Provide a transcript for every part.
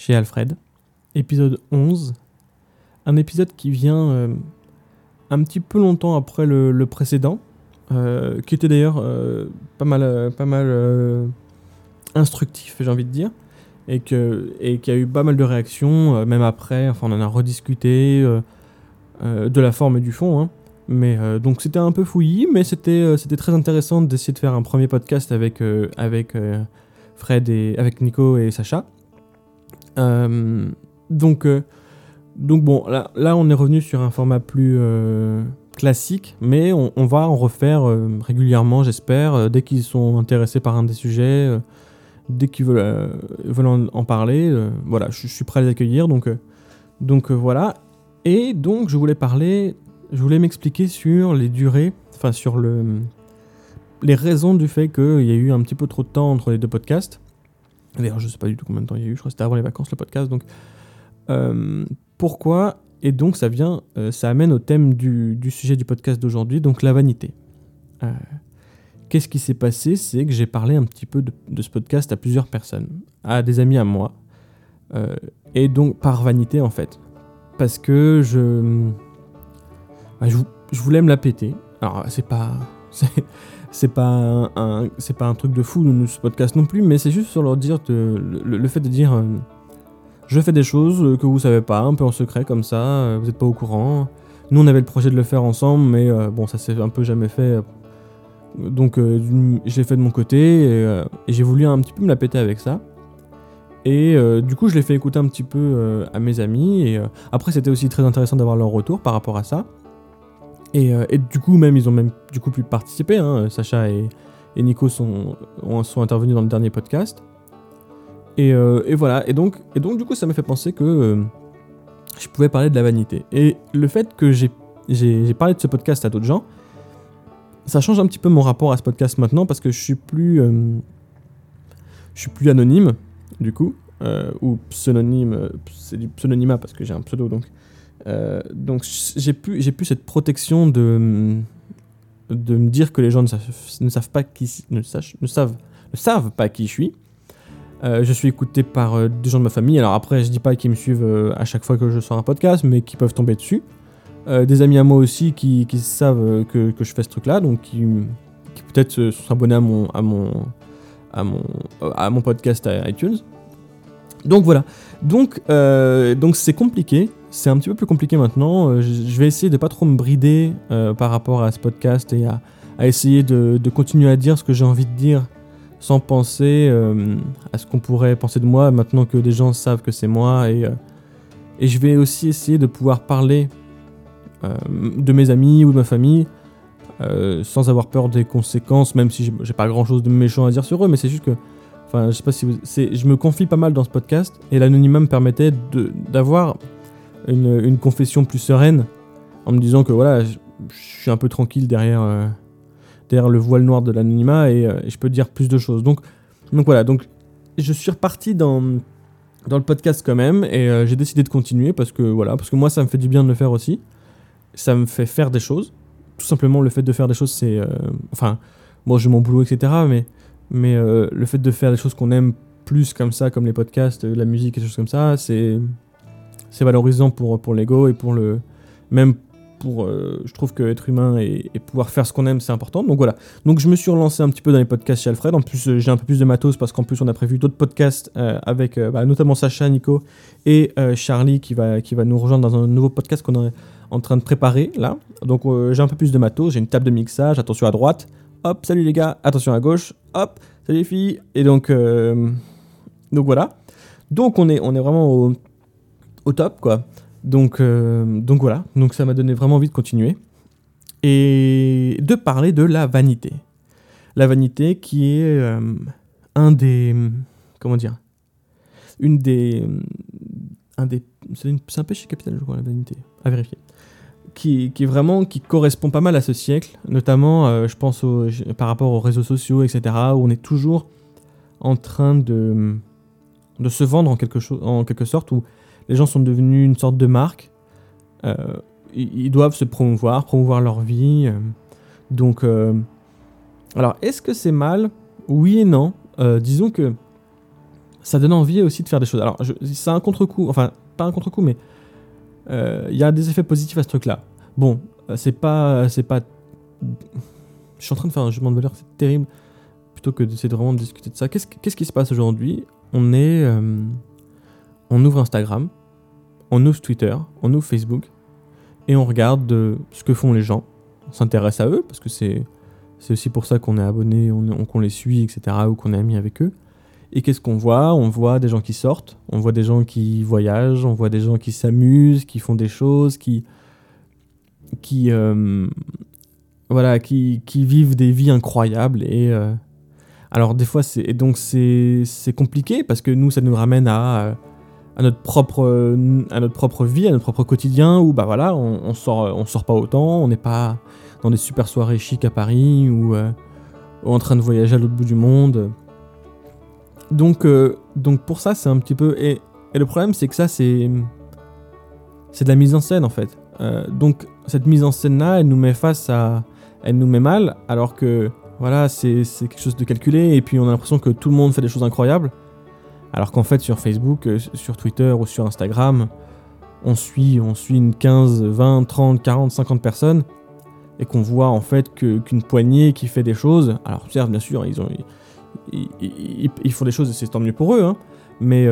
chez Alfred, épisode 11, un épisode qui vient un petit peu longtemps après le précédent, qui était d'ailleurs pas mal instructif, j'ai envie de dire, et qui a eu pas mal de réactions, même après, enfin on en a rediscuté de la forme et du fond, hein. Mais donc c'était un peu fouillis, mais c'était très intéressant d'essayer de faire un premier podcast avec Fred et avec Nico et Sacha. Donc bon, là on est revenu sur un format plus classique, mais on va en refaire régulièrement, j'espère, dès qu'ils sont intéressés par un des sujets, dès qu'ils veulent en parler. Voilà, je suis prêt à les accueillir, donc voilà. Et donc je voulais m'expliquer sur les durées, enfin sur les raisons du fait qu'il y a eu un petit peu trop de temps entre les deux podcasts. D'ailleurs, je sais pas du tout combien de temps il y a eu, je crois que c'était avant les vacances le podcast, donc pourquoi? Et donc ça amène au thème du sujet du podcast d'aujourd'hui, donc la vanité. Qu'est-ce qui s'est passé? C'est que j'ai parlé un petit peu de ce podcast à plusieurs personnes, à des amis à moi, et donc par vanité en fait, parce que je voulais me la péter. Alors c'est pas un truc de fou ce podcast non plus, mais c'est juste sur leur dire le fait de dire je fais des choses que vous savez pas, un peu en secret comme ça, vous êtes pas au courant. Nous on avait le projet de le faire ensemble, mais bon ça s'est un peu jamais fait, donc je l'ai fait de mon côté et j'ai voulu un petit peu me la péter avec ça. Et du coup je l'ai fait écouter un petit peu à mes amis, et après c'était aussi très intéressant d'avoir leur retour par rapport à ça. Et du coup ils ont même du coup pu participer, hein. Sacha et Nico sont intervenus dans le dernier podcast. Et voilà, et donc du coup ça m'a fait penser que je pouvais parler de la vanité. Et le fait que j'ai parlé de ce podcast à d'autres gens, ça change un petit peu mon rapport à ce podcast maintenant, parce que je suis plus anonyme du coup, ou pseudonyme, c'est du pseudonymat parce que j'ai un pseudo, donc j'ai plus cette protection de me dire que les gens ne savent pas qui je suis. Je suis écouté par des gens de ma famille. Alors après, je dis pas qu'ils me suivent à chaque fois que je sors un podcast, mais qui peuvent tomber dessus. Des amis à moi aussi qui savent que je fais ce truc-là, donc qui peut-être se sont abonnés à mon podcast à iTunes. Donc voilà. Donc c'est compliqué. C'est un petit peu plus compliqué maintenant. Je vais essayer de pas trop me brider par rapport à ce podcast, et à essayer de continuer à dire ce que j'ai envie de dire, sans penser à ce qu'on pourrait penser de moi, maintenant que des gens savent que c'est moi. Et je vais aussi essayer de pouvoir parler de mes amis ou de ma famille sans avoir peur des conséquences, même si j'ai pas grand chose de méchant à dire sur eux, mais c'est juste que, enfin, je sais pas si je me confie pas mal dans ce podcast, et l'anonymat me permettait d'avoir une confession plus sereine, en me disant que voilà, je suis un peu tranquille derrière le voile noir de l'anonymat, et je peux dire plus de choses. Donc voilà, donc je suis reparti dans le podcast quand même, et j'ai décidé de continuer parce que moi ça me fait du bien de le faire aussi. Ça me fait faire des choses. Tout simplement, le fait de faire des choses, c'est moi j'ai mon boulot, etc. Mais le fait de faire des choses qu'on aime plus comme ça, comme les podcasts, la musique et des choses comme ça, c'est valorisant pour l'ego, et pour je trouve que être humain et pouvoir faire ce qu'on aime, c'est important. Donc voilà. Donc je me suis relancé un petit peu dans les podcasts chez Alfred. En plus, j'ai un peu plus de matos, parce qu'en plus on a prévu d'autres podcasts avec notamment Sacha, Nico et Charlie qui va nous rejoindre dans un nouveau podcast qu'on est en train de préparer là. Donc j'ai un peu plus de matos, j'ai une table de mixage, attention à droite, hop, salut les gars, attention à gauche, hop, salut les filles. Et donc voilà. Donc on est vraiment au top, quoi. Donc voilà, donc ça m'a donné vraiment envie de continuer et de parler de la vanité. La vanité qui est c'est un péché capital, je crois, la vanité, à vérifier. Qui correspond pas mal à ce siècle, notamment je pense par rapport aux réseaux sociaux, etc., où on est toujours en train de se vendre en quelque sorte, où les gens sont devenus une sorte de marque. Ils doivent se promouvoir leur vie. Donc, alors, est-ce que c'est mal ? Oui et non. Disons que ça donne envie aussi de faire des choses. Alors, c'est un contre-coup, enfin, pas un contre-coup, mais il y a des effets positifs à ce truc-là. Bon, c'est pas... Je suis en train de faire un jugement de valeur, c'est terrible, plutôt que d'essayer de vraiment discuter de ça. Qu'est-ce qui se passe aujourd'hui ? On ouvre Instagram, on ouvre Twitter, on ouvre Facebook, et on regarde ce que font les gens. On s'intéresse à eux, parce que c'est aussi pour ça qu'on est abonné, qu'on les suit, etc., ou qu'on est amis avec eux. Et qu'est-ce qu'on voit ? On voit des gens qui sortent, on voit des gens qui voyagent, on voit des gens qui s'amusent, qui font des choses, qui vivent des vies incroyables. Et alors des fois, c'est compliqué, parce que nous, ça nous ramène à notre propre vie, à notre propre quotidien, où bah voilà, on sort pas autant, on n'est pas dans des super soirées chic à Paris, ou en train de voyager à l'autre bout du monde. Donc pour ça, c'est un petit peu... Et le problème, c'est que ça, c'est de la mise en scène, en fait. Donc cette mise en scène-là, elle nous met elle nous met mal, alors que voilà, c'est quelque chose de calculé, et puis on a l'impression que tout le monde fait des choses incroyables, alors qu'en fait, sur Facebook, sur Twitter ou sur Instagram, on suit une 15, 20, 30, 40, 50 personnes, et qu'on voit en fait qu'une poignée qui fait des choses. Alors certes, bien sûr, ils font des choses et c'est tant mieux pour eux, hein, mais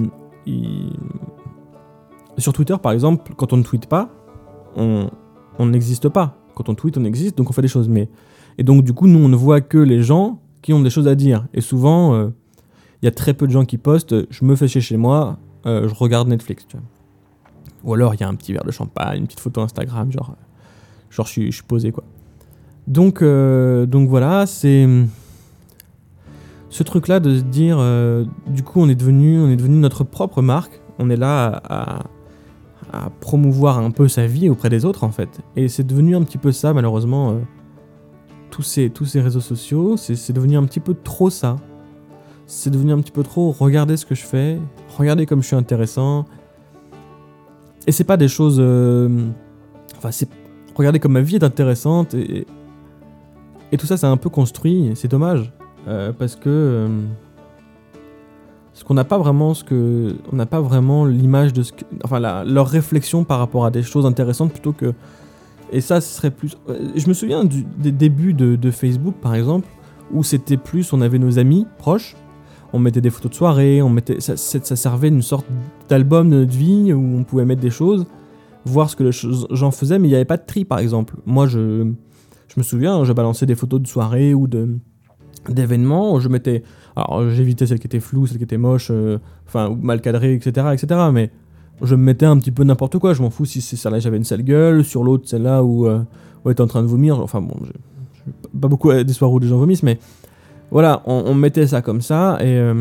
sur Twitter, par exemple, quand on ne tweete pas, on n'existe pas. Quand on tweet, on existe, donc on fait des choses. Et donc, du coup, nous, on ne voit que les gens qui ont des choses à dire. Et souvent, il y a très peu de gens qui postent « je me fais chier chez moi, je regarde Netflix ». Tu vois. Ou alors, il y a un petit verre de champagne, une petite photo Instagram, genre je suis posé, quoi. Donc voilà, c'est... Ce truc-là de se dire, du coup, on est devenu notre propre marque. On est là à promouvoir un peu sa vie auprès des autres, en fait. Et c'est devenu un petit peu ça, malheureusement. Tous ces réseaux sociaux, c'est devenu un petit peu trop ça. C'est devenu un petit peu trop, regardez ce que je fais, regardez comme je suis intéressant. Et c'est pas des choses... c'est... Regardez comme ma vie est intéressante. Et tout ça, c'est un peu construit. C'est dommage. Parce que qu'on n'a pas vraiment on n'a pas vraiment l'image de leur réflexion par rapport à des choses intéressantes, plutôt que... Et ça, ce serait plus... Je me souviens des débuts de Facebook, par exemple, où c'était plus, on avait nos amis proches, on mettait des photos de soirée, ça servait d'une sorte d'album de notre vie, où on pouvait mettre des choses, voir ce que les gens faisaient, mais il n'y avait pas de tri, par exemple. Moi, je me souviens, je balançais des photos de soirée ou d'événements, alors j'évitais celles qui étaient floues, celles qui étaient moches, ou mal cadrées, etc., mais je me mettais un petit peu n'importe quoi. Je m'en fous si c'est celle-là j'avais une sale gueule, sur l'autre celle-là où elle était en train de vomir. Enfin bon, j'ai pas beaucoup des soirs où les gens vomissent, mais voilà, on mettait ça comme ça.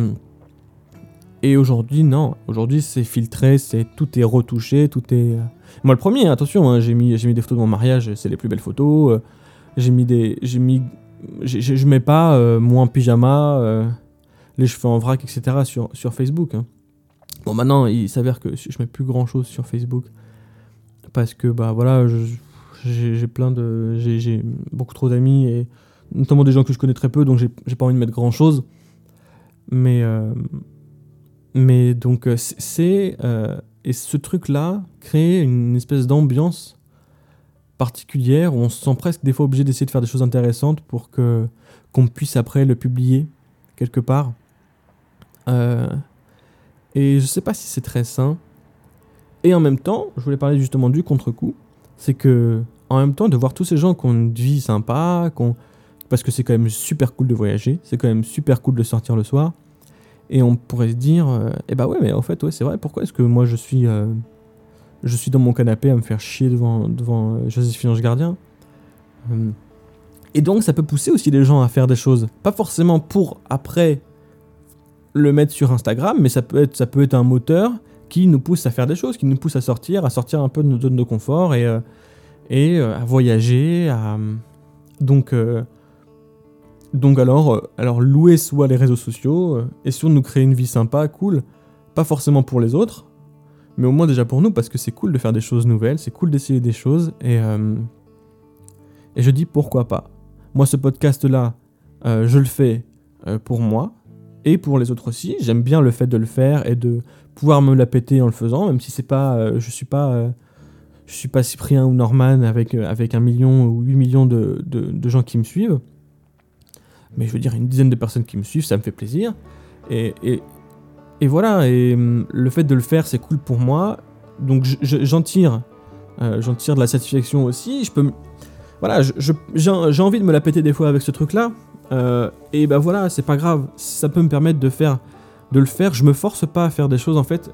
Et aujourd'hui, non. Aujourd'hui, c'est filtré, tout est retouché, tout est... Moi le premier, attention, hein, j'ai mis des photos de mon mariage, c'est les plus belles photos. Je mets pas moi en pyjama, les cheveux en vrac, etc. sur Facebook. Hein. Bon, maintenant, il s'avère que je mets plus grand chose sur Facebook, parce que bah voilà, j'ai beaucoup trop d'amis, et notamment des gens que je connais très peu, donc j'ai pas envie de mettre grand chose. Mais donc et ce truc-là crée une espèce d'ambiance particulière où on se sent presque des fois obligé d'essayer de faire des choses intéressantes pour qu'on puisse après le publier quelque part. Et je sais pas si c'est très sain. Et en même temps, je voulais parler justement du contre-coup, c'est que en même temps, de voir tous ces gens qui ont une vie sympa, parce que c'est quand même super cool de voyager, c'est quand même super cool de sortir le soir, et on pourrait se dire, bah ouais, mais en fait, ouais, c'est vrai, pourquoi est-ce que moi je suis dans mon canapé à me faire chier devant Joséphine Ange Gardien. Et donc ça peut pousser aussi les gens à faire des choses, pas forcément pour après le mettre sur Instagram, mais ça peut être un moteur qui nous pousse à faire des choses, qui nous pousse à sortir un peu de notre zone de confort et à voyager, donc alors louer soit les réseaux sociaux, et si on nous crée une vie sympa, cool, pas forcément pour les autres, mais au moins déjà pour nous, parce que c'est cool de faire des choses nouvelles, c'est cool d'essayer des choses, et je dis pourquoi pas. Moi, ce podcast-là, je le fais pour moi, et pour les autres aussi. J'aime bien le fait de le faire et de pouvoir me la péter en le faisant, même si c'est pas, je suis pas Cyprien ou Norman avec 1 million ou 8 millions de gens qui me suivent. Mais je veux dire, une dizaine de personnes qui me suivent, ça me fait plaisir. Et voilà, et le fait de le faire, c'est cool pour moi. Donc j'en tire de la satisfaction aussi. Voilà, j'ai envie de me la péter des fois avec ce truc-là. Et ben voilà, c'est pas grave. Ça peut me permettre de le faire. Je me force pas à faire des choses, en fait.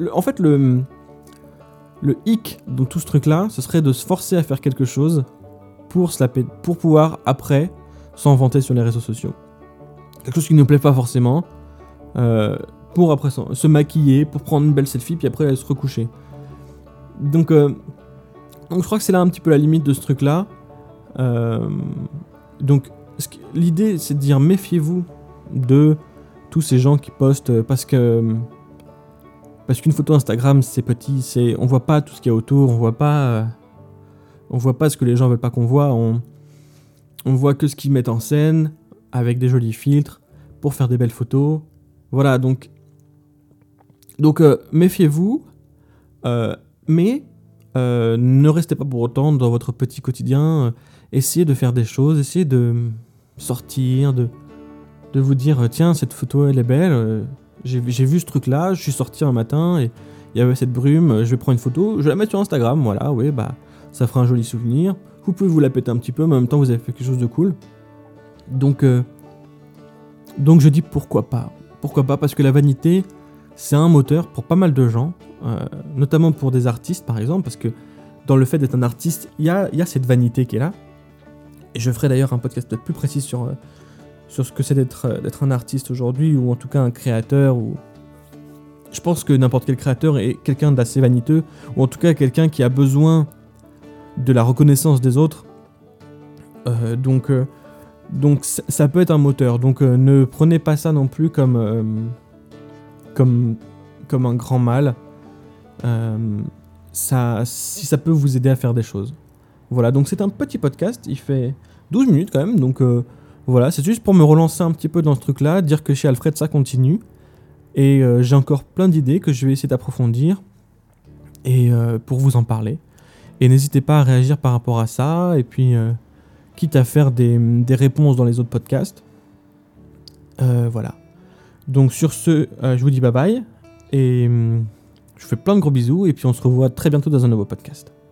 Le hic dans tout ce truc-là, ce serait de se forcer à faire quelque chose pour pouvoir, après, s'en vanter sur les réseaux sociaux. Quelque chose qui ne me plaît pas forcément. Pour après se maquiller, pour prendre une belle selfie, puis après se recoucher. Donc je crois que c'est là un petit peu la limite de ce truc-là. Donc l'idée, c'est de dire méfiez-vous de tous ces gens qui postent parce qu'une photo Instagram, c'est petit, on voit pas tout ce qu'il y a autour, on voit pas ce que les gens veulent pas qu'on voit, on voit que ce qu'ils mettent en scène avec des jolis filtres pour faire des belles photos. Voilà, donc méfiez-vous, mais ne restez pas pour autant dans votre petit quotidien. Essayez de faire des choses, essayez de sortir, de vous dire tiens, cette photo elle est belle, j'ai vu ce truc là, je suis sorti un matin et il y avait cette brume, je vais prendre une photo, je vais la mettre sur Instagram, voilà, oui, bah ça fera un joli souvenir. Vous pouvez vous la péter un petit peu, mais en même temps vous avez fait quelque chose de cool. Donc je dis pourquoi pas, parce que la vanité, c'est un moteur pour pas mal de gens, notamment pour des artistes par exemple, parce que dans le fait d'être un artiste, il y a cette vanité qui est là. Et je ferai d'ailleurs un podcast peut-être plus précis sur ce que c'est d'être un artiste aujourd'hui, ou en tout cas un créateur. Je pense que n'importe quel créateur est quelqu'un d'assez vaniteux, ou en tout cas quelqu'un qui a besoin de la reconnaissance des autres. Donc ça peut être un moteur. Donc ne prenez pas ça non plus comme un grand mal. Si ça peut vous aider à faire des choses. Voilà, donc c'est un petit podcast, il fait 12 minutes quand même, donc voilà, c'est juste pour me relancer un petit peu dans ce truc-là, dire que chez Alfred ça continue, et j'ai encore plein d'idées que je vais essayer d'approfondir, et pour vous en parler. Et n'hésitez pas à réagir par rapport à ça, et puis quitte à faire des réponses dans les autres podcasts. Voilà. Donc sur ce, je vous dis bye bye, et je vous fais plein de gros bisous, et puis on se revoit très bientôt dans un nouveau podcast.